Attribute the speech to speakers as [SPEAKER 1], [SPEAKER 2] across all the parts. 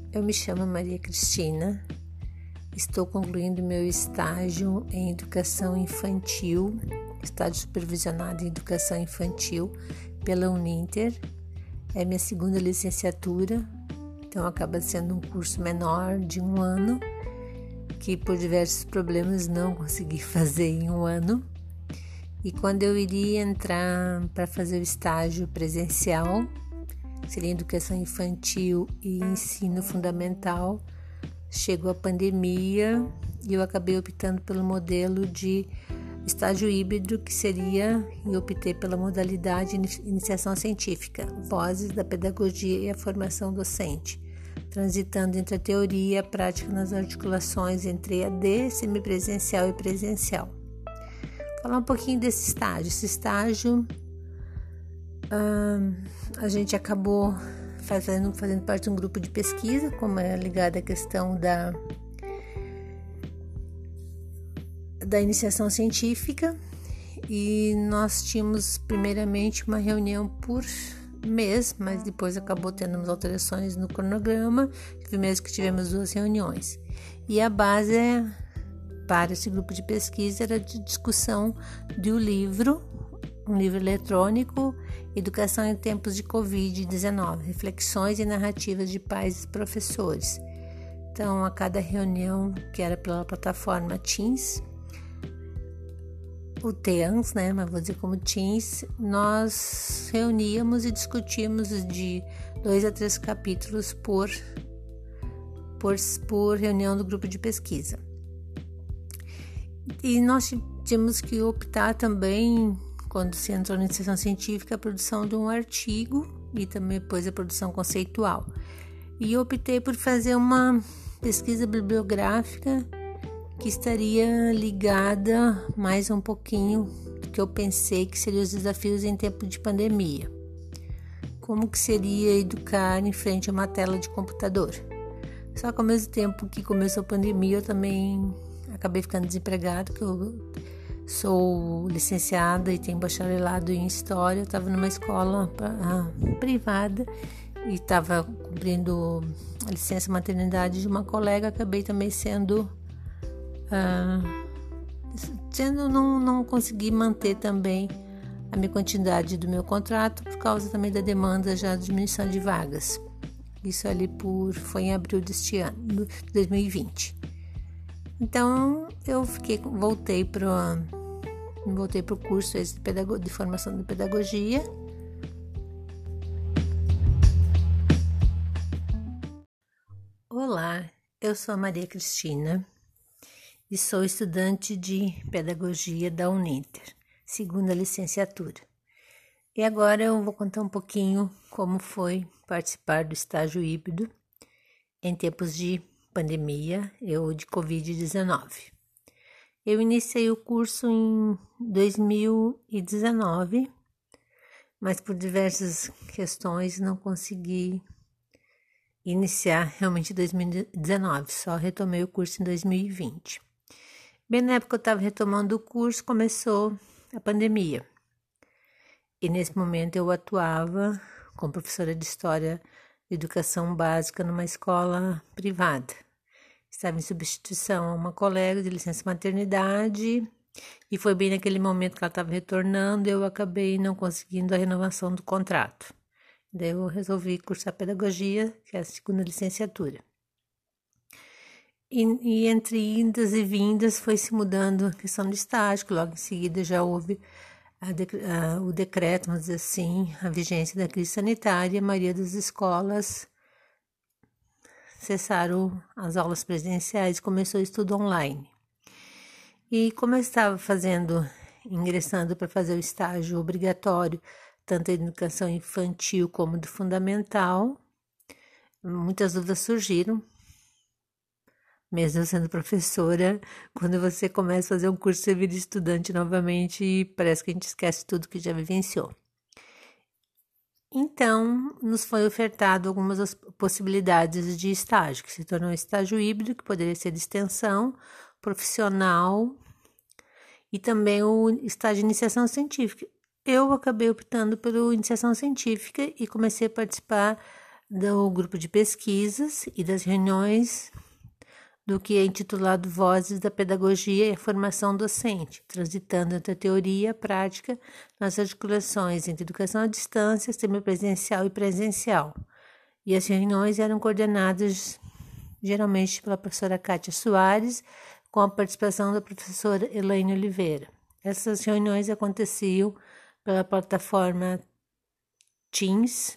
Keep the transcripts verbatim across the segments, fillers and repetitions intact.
[SPEAKER 1] Eu me chamo Maria Cristina, estou concluindo meu estágio em Educação Infantil, estágio supervisionado em Educação Infantil pela Uninter. É minha segunda licenciatura, então acaba sendo um curso menor de um ano, que por diversos problemas não consegui fazer em um ano. E quando eu iria entrar para fazer o estágio presencial, seria Educação Infantil e Ensino Fundamental, chegou a pandemia e eu acabei optando pelo modelo de estágio híbrido, que seria, e optei pela modalidade iniciação científica, vozes da pedagogia e a formação docente, transitando entre a teoria e a prática nas articulações entre E A D, semipresencial e presencial. Falar um pouquinho desse estágio. Esse estágio ah, a gente acabou fazendo, fazendo parte de um grupo de pesquisa, como é ligada à questão da, da iniciação científica, e nós tínhamos primeiramente uma reunião por mês, mas depois acabou tendo umas alterações no cronograma, teve mês que tivemos duas reuniões. E a base é, para esse grupo de pesquisa era de discussão do livro, um livro eletrônico, Educação em Tempos de covid dezenove, Reflexões e Narrativas de Pais e Professores. Então, a cada reunião, que era pela plataforma Teams, o Teams, né, mas vou dizer como Teams, nós reuníamos e discutíamos de dois a três capítulos por, por, por reunião do grupo de pesquisa. E nós tínhamos que optar também, quando se entrou na iniciação científica, a produção de um artigo e também depois a produção conceitual. E eu optei por fazer uma pesquisa bibliográfica que estaria ligada mais um pouquinho do que eu pensei que seriam os desafios em tempo de pandemia. Como que seria educar em frente a uma tela de computador. Só que ao mesmo tempo que começou a pandemia, eu também acabei ficando desempregado, porque eu sou licenciada e tenho bacharelado em História. Eu estava numa escola uh, privada e estava cumprindo a licença maternidade de uma colega. Acabei também sendo... Uh, sendo não, não consegui manter também a minha quantidade do meu contrato, por causa também da demanda já de diminuição de vagas. Isso ali por, foi em abril deste ano, de dois mil e vinte. Então, eu fiquei, voltei para voltei para o curso de, pedago, de formação de pedagogia. Olá, eu sou a Maria Cristina e sou estudante de pedagogia da Uninter, segunda licenciatura. E agora eu vou contar um pouquinho como foi participar do estágio híbrido em tempos de pandemia ou de covid dezenove. Eu iniciei o curso em dois mil e dezenove, mas por diversas questões não consegui iniciar realmente em dois mil e dezenove, só retomei o curso em dois mil e vinte. Bem na época que eu estava retomando o curso, começou a pandemia. E nesse momento eu atuava como professora de História de Educação Básica numa escola privada. Estava em substituição a uma colega de licença maternidade e foi bem naquele momento que ela estava retornando, eu acabei não conseguindo a renovação do contrato. Daí eu resolvi cursar pedagogia, que é a segunda licenciatura. E, e entre indas e vindas foi se mudando a questão do estágio, que logo em seguida já houve a de, a, o decreto, vamos dizer assim, a vigência da crise sanitária. A maioria das escolas cessaram as aulas presenciais, começou o estudo online. E como eu estava fazendo, ingressando para fazer o estágio obrigatório, tanto a educação infantil como do fundamental, muitas dúvidas surgiram. Mesmo sendo professora, quando você começa a fazer um curso, você vira estudante novamente e parece que a gente esquece tudo que já vivenciou. Então, nos foi ofertado algumas possibilidades de estágio, que se tornou um estágio híbrido, que poderia ser de extensão, profissional e também o estágio de iniciação científica. Eu acabei optando pela iniciação científica e comecei a participar do grupo de pesquisas e das reuniões do que é intitulado Vozes da Pedagogia e a Formação Docente, transitando entre a teoria e a prática nas articulações entre educação à distância, semipresencial e presencial. E as reuniões eram coordenadas geralmente pela professora Kátia Soares, com a participação da professora Elaine Oliveira. Essas reuniões aconteciam pela plataforma Teams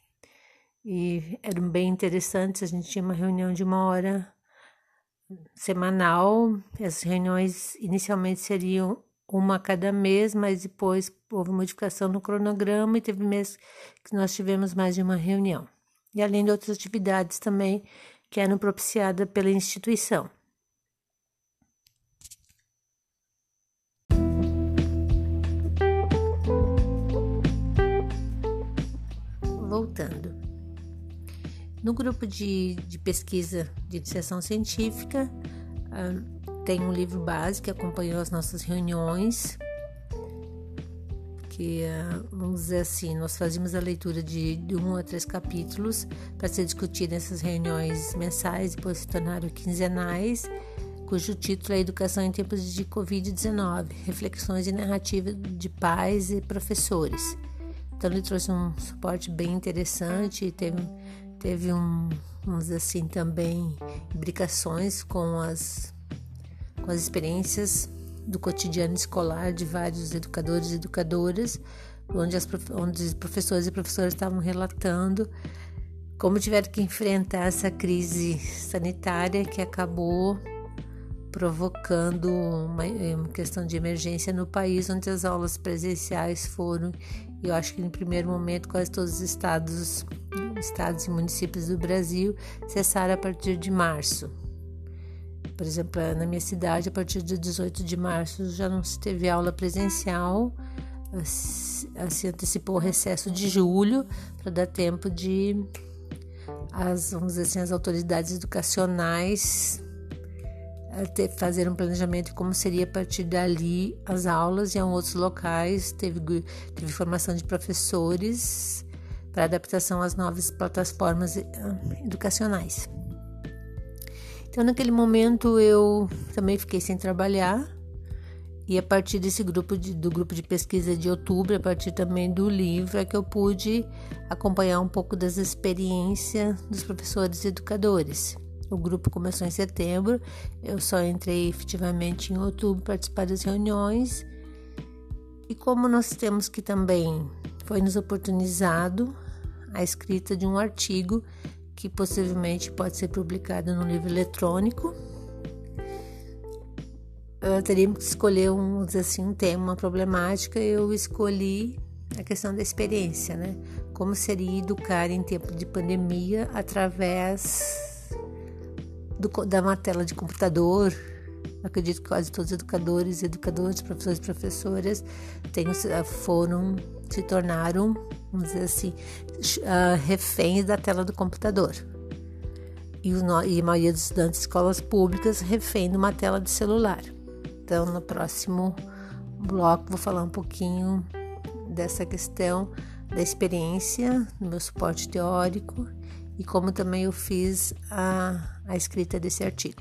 [SPEAKER 1] e eram bem interessantes. A gente tinha uma reunião de uma hora semanal. As reuniões inicialmente seriam uma a cada mês, mas depois houve modificação no cronograma e teve mês que nós tivemos mais de uma reunião. E além de outras atividades também que eram propiciadas pela instituição. Voltando. No grupo de, de pesquisa de iniciação científica, uh, tem um livro base que acompanhou as nossas reuniões, que, uh, vamos dizer assim, nós fazíamos a leitura de, de um a três capítulos para ser discutido nessas reuniões mensais, depois se tornaram quinzenais, cujo título é Educação em Tempos de covid dezenove, Reflexões e Narrativa de Pais e Professores. Então ele trouxe um suporte bem interessante, teve, teve um, vamos dizer assim, também imbricações com as, com as experiências do cotidiano escolar de vários educadores e educadoras, onde, as, onde os professores e professoras estavam relatando como tiveram que enfrentar essa crise sanitária que acabou provocando uma, uma questão de emergência no país, onde as aulas presenciais foram, eu acho que no primeiro momento quase todos os estados, estados e municípios do Brasil cessaram a partir de março. Por exemplo, na minha cidade, a partir de dezoito de março já não se teve aula presencial, se antecipou o recesso de julho para dar tempo de as, vamos dizer assim, as autoridades educacionais ter, fazer um planejamento de como seria a partir dali as aulas. E em outros locais teve, teve formação de professores para adaptação às novas plataformas educacionais. Então, naquele momento, eu também fiquei sem trabalhar, e a partir desse grupo de, do grupo de pesquisa de outubro, a partir também do livro, é que eu pude acompanhar um pouco das experiências dos professores e educadores. O grupo começou em setembro, eu só entrei efetivamente em outubro para participar das reuniões, e como nós temos que também foi nos oportunizado a escrita de um artigo que possivelmente pode ser publicado no livro eletrônico, eu teríamos que escolher um, assim, um tema, uma problemática. Eu escolhi a questão da experiência, né? Como seria educar em tempo de pandemia através do, da uma tela de computador. Acredito que quase todos os educadores, educadores, professores e professoras tenham, foram, se tornaram, vamos dizer assim, uh, reféns da tela do computador. E, o, e a maioria dos estudantes de escolas públicas refém de uma tela de celular. Então, no próximo bloco, vou falar um pouquinho dessa questão da experiência, do meu suporte teórico e como também eu fiz a, a escrita desse artigo.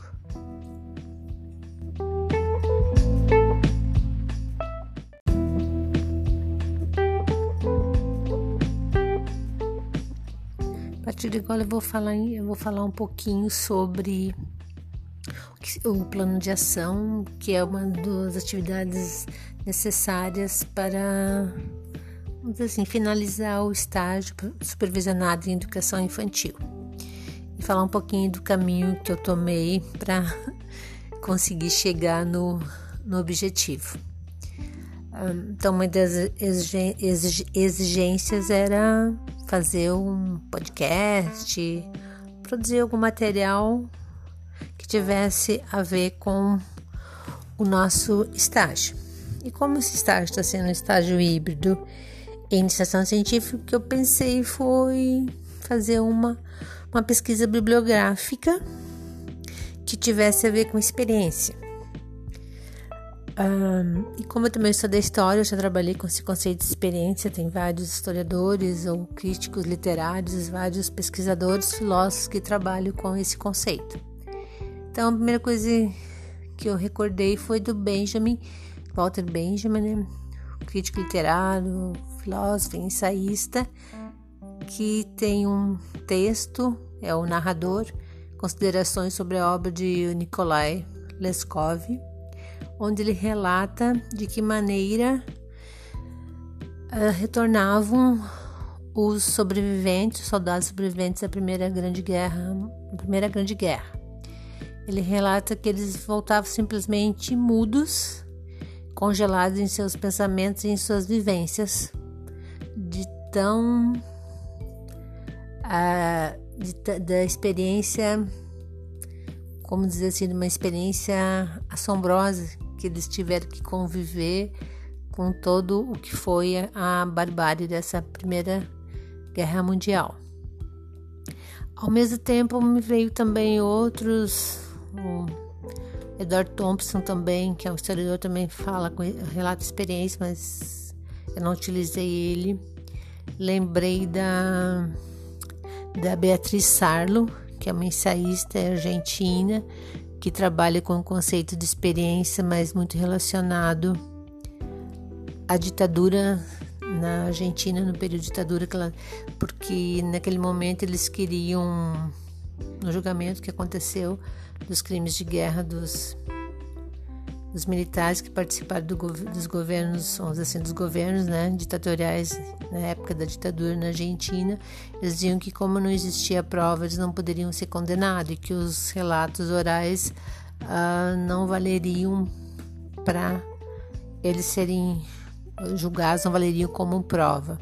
[SPEAKER 1] A partir de agora eu vou falar, eu vou falar um pouquinho sobre o plano de ação, que é uma das atividades necessárias para, vamos dizer assim, finalizar o estágio supervisionado em educação infantil. E falar um pouquinho do caminho que eu tomei para conseguir chegar no, no objetivo. Então, uma das exigências era fazer um podcast, produzir algum material que tivesse a ver com o nosso estágio. E como esse estágio está sendo um estágio híbrido em iniciação científica, o que eu pensei foi fazer uma, uma pesquisa bibliográfica que tivesse a ver com experiência. Um, e como eu também estudei história, eu já trabalhei com esse conceito de experiência. Tem vários historiadores ou críticos literários, vários pesquisadores, filósofos que trabalham com esse conceito. Então, a primeira coisa que eu recordei foi do Benjamin, Walter Benjamin, né? Crítico literário, filósofo, ensaísta, que tem um texto, é o narrador, Considerações sobre a obra de Nikolai Leskov, onde ele relata de que maneira uh, retornavam os sobreviventes, os soldados sobreviventes da Primeira Grande Guerra, Primeira Grande Guerra. Ele relata que eles voltavam simplesmente mudos, congelados em seus pensamentos e em suas vivências, de tão uh, de, da experiência, como dizer assim, uma experiência assombrosa que eles tiveram que conviver com todo o que foi a barbárie dessa Primeira Guerra Mundial. Ao mesmo tempo, me veio também outros, o Edward Thompson também, que é um historiador, também fala, relata experiência, mas eu não utilizei ele. Lembrei da, da Beatriz Sarlo, que é uma ensaísta argentina, que trabalha com o conceito de experiência, mas muito relacionado à ditadura na Argentina, no período de ditadura, que ela, porque naquele momento eles queriam, no julgamento que aconteceu dos crimes de guerra dos, dos militares que participaram do, dos governos, vamos dizer assim, dos governos, né, ditatoriais na época da ditadura na Argentina. Eles diziam que, como não existia prova, eles não poderiam ser condenados, e que os relatos orais uh, não valeriam para eles serem julgados, não valeriam como prova.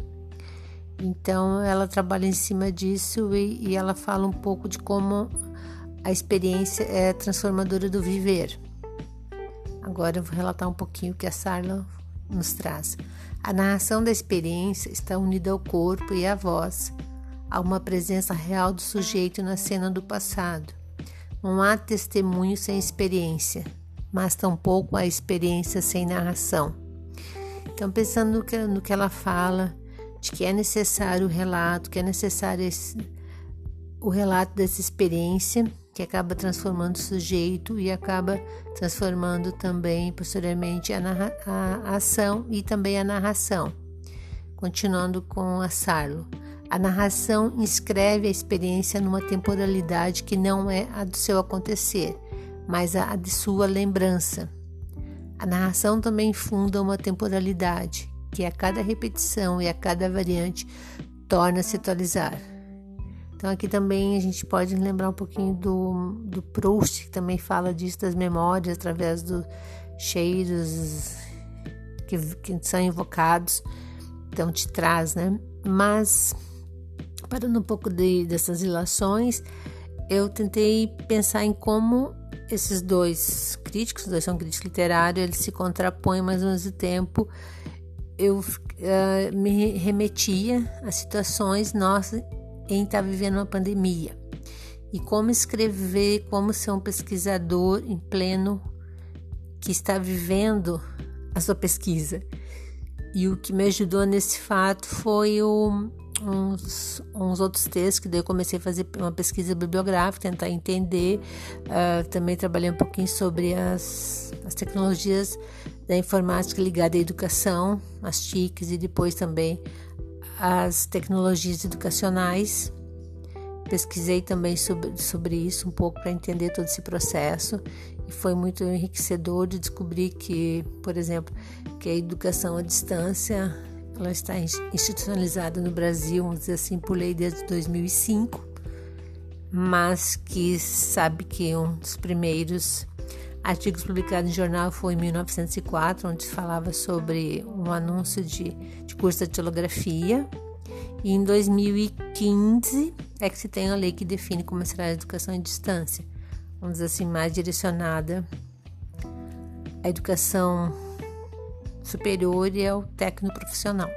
[SPEAKER 1] Então ela trabalha em cima disso e, e ela fala um pouco de como a experiência é transformadora do viver. Agora eu vou relatar um pouquinho o que a Sarlo nos traz. A narração da experiência está unida ao corpo e à voz, a uma presença real do sujeito na cena do passado. Não há testemunho sem experiência, mas tampouco há experiência sem narração. Então, pensando no que, no que ela fala, de que é necessário o relato, que é necessário esse, o relato dessa experiência, que acaba transformando o sujeito e acaba transformando também, posteriormente, a, narra, a, a ação e também a narração. Continuando com a Sarlo. A narração inscreve a experiência numa temporalidade que não é a do seu acontecer, mas a de sua lembrança. A narração também funda uma temporalidade, que a cada repetição e a cada variante torna-se atualizar. Então aqui também a gente pode lembrar um pouquinho do, do Proust, que também fala disso, das memórias, através dos cheiros que, que são invocados, então te traz, né? Mas, parando um pouco de, dessas relações, eu tentei pensar em como esses dois críticos, os dois são críticos literários, eles se contrapõem, mas ao mesmo tempo eu uh, me remetia a situações nossas em estar vivendo uma pandemia. E como escrever, como ser um pesquisador em pleno que está vivendo a sua pesquisa. E o que me ajudou nesse fato foi o, uns, uns outros textos, que daí eu comecei a fazer uma pesquisa bibliográfica, tentar entender. Uh, também trabalhei um pouquinho sobre as, as tecnologias da informática ligada à educação, as T I Cs, e depois também as tecnologias educacionais. Pesquisei também sobre, sobre isso um pouco para entender todo esse processo, e foi muito enriquecedor de descobrir que, por exemplo, que a educação à distância ela está institucionalizada no Brasil, vamos dizer assim, por lei desde dois mil e cinco, mas que sabe que um dos primeiros artigos publicados em jornal foi em mil novecentos e quatro, onde se falava sobre um anúncio de, de curso de datilografia. E em dois mil e quinze é que se tem a lei que define como será a educação à distância, vamos dizer assim, mais direcionada à educação superior e ao técnico-profissional.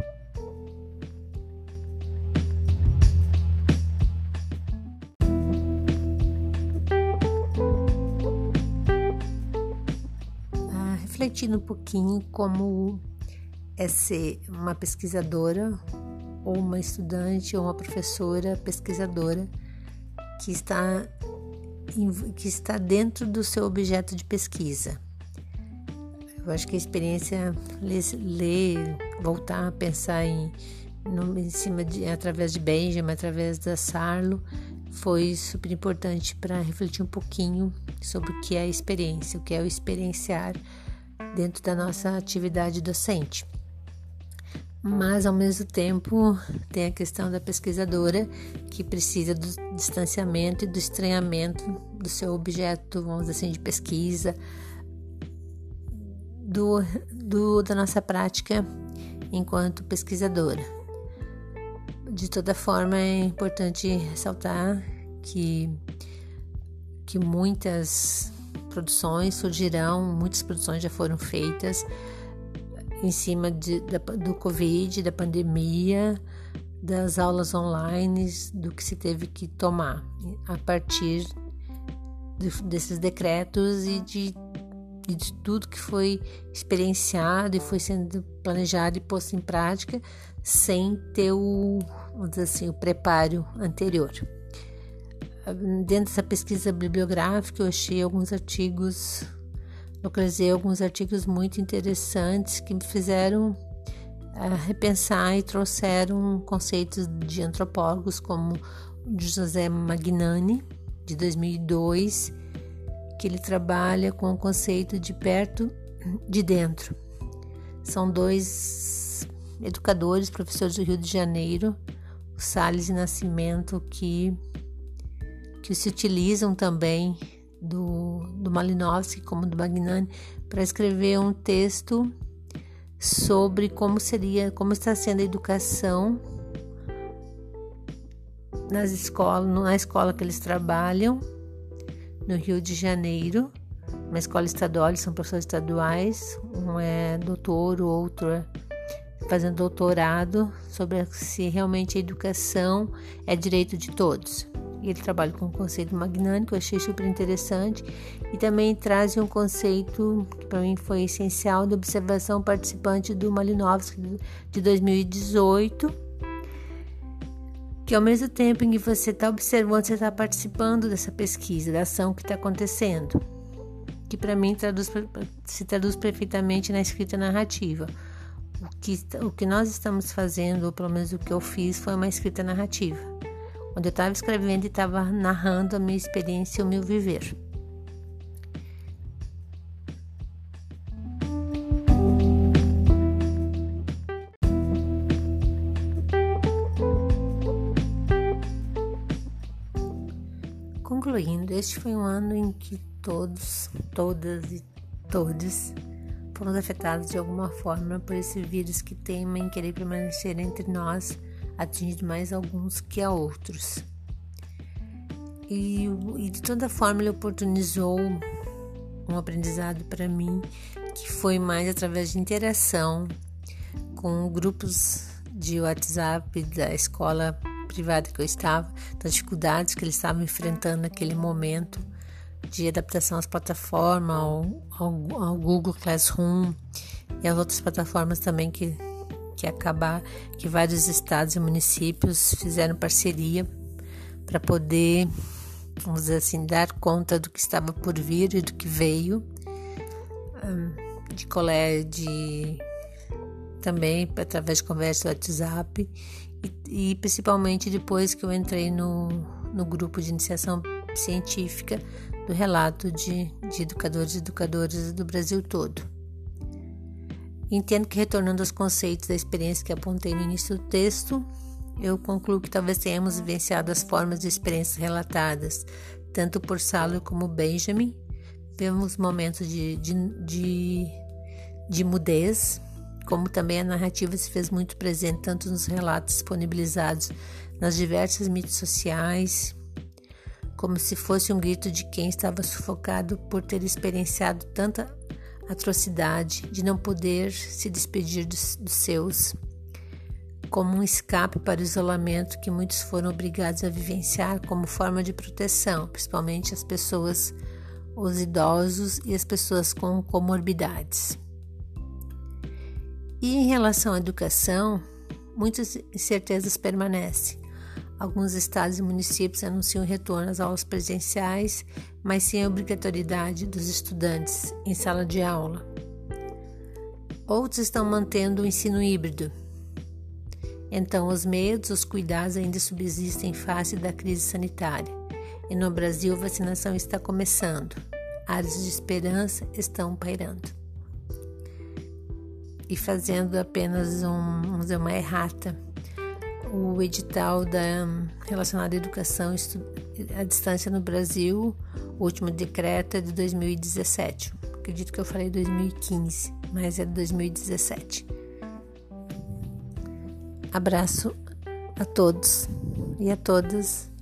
[SPEAKER 1] refletindo um pouquinho como é ser uma pesquisadora ou uma estudante ou uma professora pesquisadora que está, que está dentro do seu objeto de pesquisa. Eu acho que a experiência, ler, ler voltar a pensar em, no, em cima de, através de Benjamin, através da Sarlo, foi super importante para refletir um pouquinho sobre o que é a experiência, o que é o experienciar dentro da nossa atividade docente. Mas, ao mesmo tempo, tem a questão da pesquisadora que precisa do distanciamento e do estranhamento do seu objeto, vamos dizer assim, de pesquisa, do, do, da nossa prática enquanto pesquisadora. De toda forma, é importante ressaltar que, que muitas produções surgirão, muitas produções já foram feitas em cima de, da, do Covid, da pandemia, das aulas online, do que se teve que tomar a partir de, desses decretos e de, e de tudo que foi experienciado e foi sendo planejado e posto em prática sem ter o, vamos dizer assim, o preparo anterior. Dentro dessa pesquisa bibliográfica, eu achei alguns artigos, localizei alguns artigos muito interessantes que me fizeram uh, repensar e trouxeram conceitos de antropólogos como o de José Magnani, de dois mil e dois, que ele trabalha com o conceito de perto de dentro. São dois educadores, professores do Rio de Janeiro, o Salles e Nascimento, que, que se utilizam também do, do Malinowski como do Magnani para escrever um texto sobre como seria, como está sendo a educação nas escolas, na escola que eles trabalham no Rio de Janeiro, uma escola estadual, eles são professores estaduais, um é doutor, o outro é fazendo doutorado sobre se realmente a educação é direito de todos. E ele trabalha com o conceito Magnani, que eu achei super interessante, e também traz um conceito que para mim foi essencial de observação participante do Malinowski de dois mil e dezoito, que ao mesmo tempo em que você está observando, você está participando dessa pesquisa, da ação que está acontecendo, que para mim traduz, se traduz perfeitamente na escrita narrativa. O que, o que nós estamos fazendo, ou pelo menos o que eu fiz, foi uma escrita narrativa, onde eu estava escrevendo e estava narrando a minha experiência e o meu viver. Concluindo, este foi um ano em que todos, todas e todos fomos afetados de alguma forma por esse vírus que teima em querer permanecer entre nós, atingindo mais alguns que a outros. E, e de toda forma ele oportunizou um aprendizado para mim, que foi mais através de interação com grupos de WhatsApp da escola privada que eu estava, das dificuldades que eles estavam enfrentando naquele momento de adaptação às plataformas, ao, ao, ao Google Classroom e às outras plataformas também que, que acabar, que vários estados e municípios fizeram parceria para poder, vamos dizer assim, dar conta do que estava por vir e do que veio, de colégio, de, também através de conversa do WhatsApp e, e principalmente depois que eu entrei no, no grupo de iniciação científica do relato de, de educadores e educadoras do Brasil todo. Entendo que, retornando aos conceitos da experiência que apontei no início do texto, eu concluo que talvez tenhamos vivenciado as formas de experiências relatadas, tanto por Sarlo como Benjamin. Vemos momentos de, de, de, de mudez, como também a narrativa se fez muito presente tanto nos relatos disponibilizados nas diversas mídias sociais, como se fosse um grito de quem estava sufocado por ter experienciado tanta atrocidade de não poder se despedir dos, dos seus, como um escape para o isolamento que muitos foram obrigados a vivenciar como forma de proteção, principalmente as pessoas, os idosos e as pessoas com comorbidades. E em relação à educação, muitas incertezas permanecem. Alguns estados e municípios anunciam retorno às aulas presenciais, mas sem a obrigatoriedade dos estudantes em sala de aula. Outros estão mantendo o ensino híbrido. Então, os medos, os cuidados ainda subsistem em face da crise sanitária. E no Brasil, a vacinação está começando. Áreas de esperança estão pairando. E fazendo apenas um, vamos dizer, uma errata, o edital da, relacionado à educação à distância no Brasil, o último decreto é de dois mil e dezessete. Acredito que eu falei dois mil e quinze, mas é de dois mil e dezessete. Abraço a todos e a todas.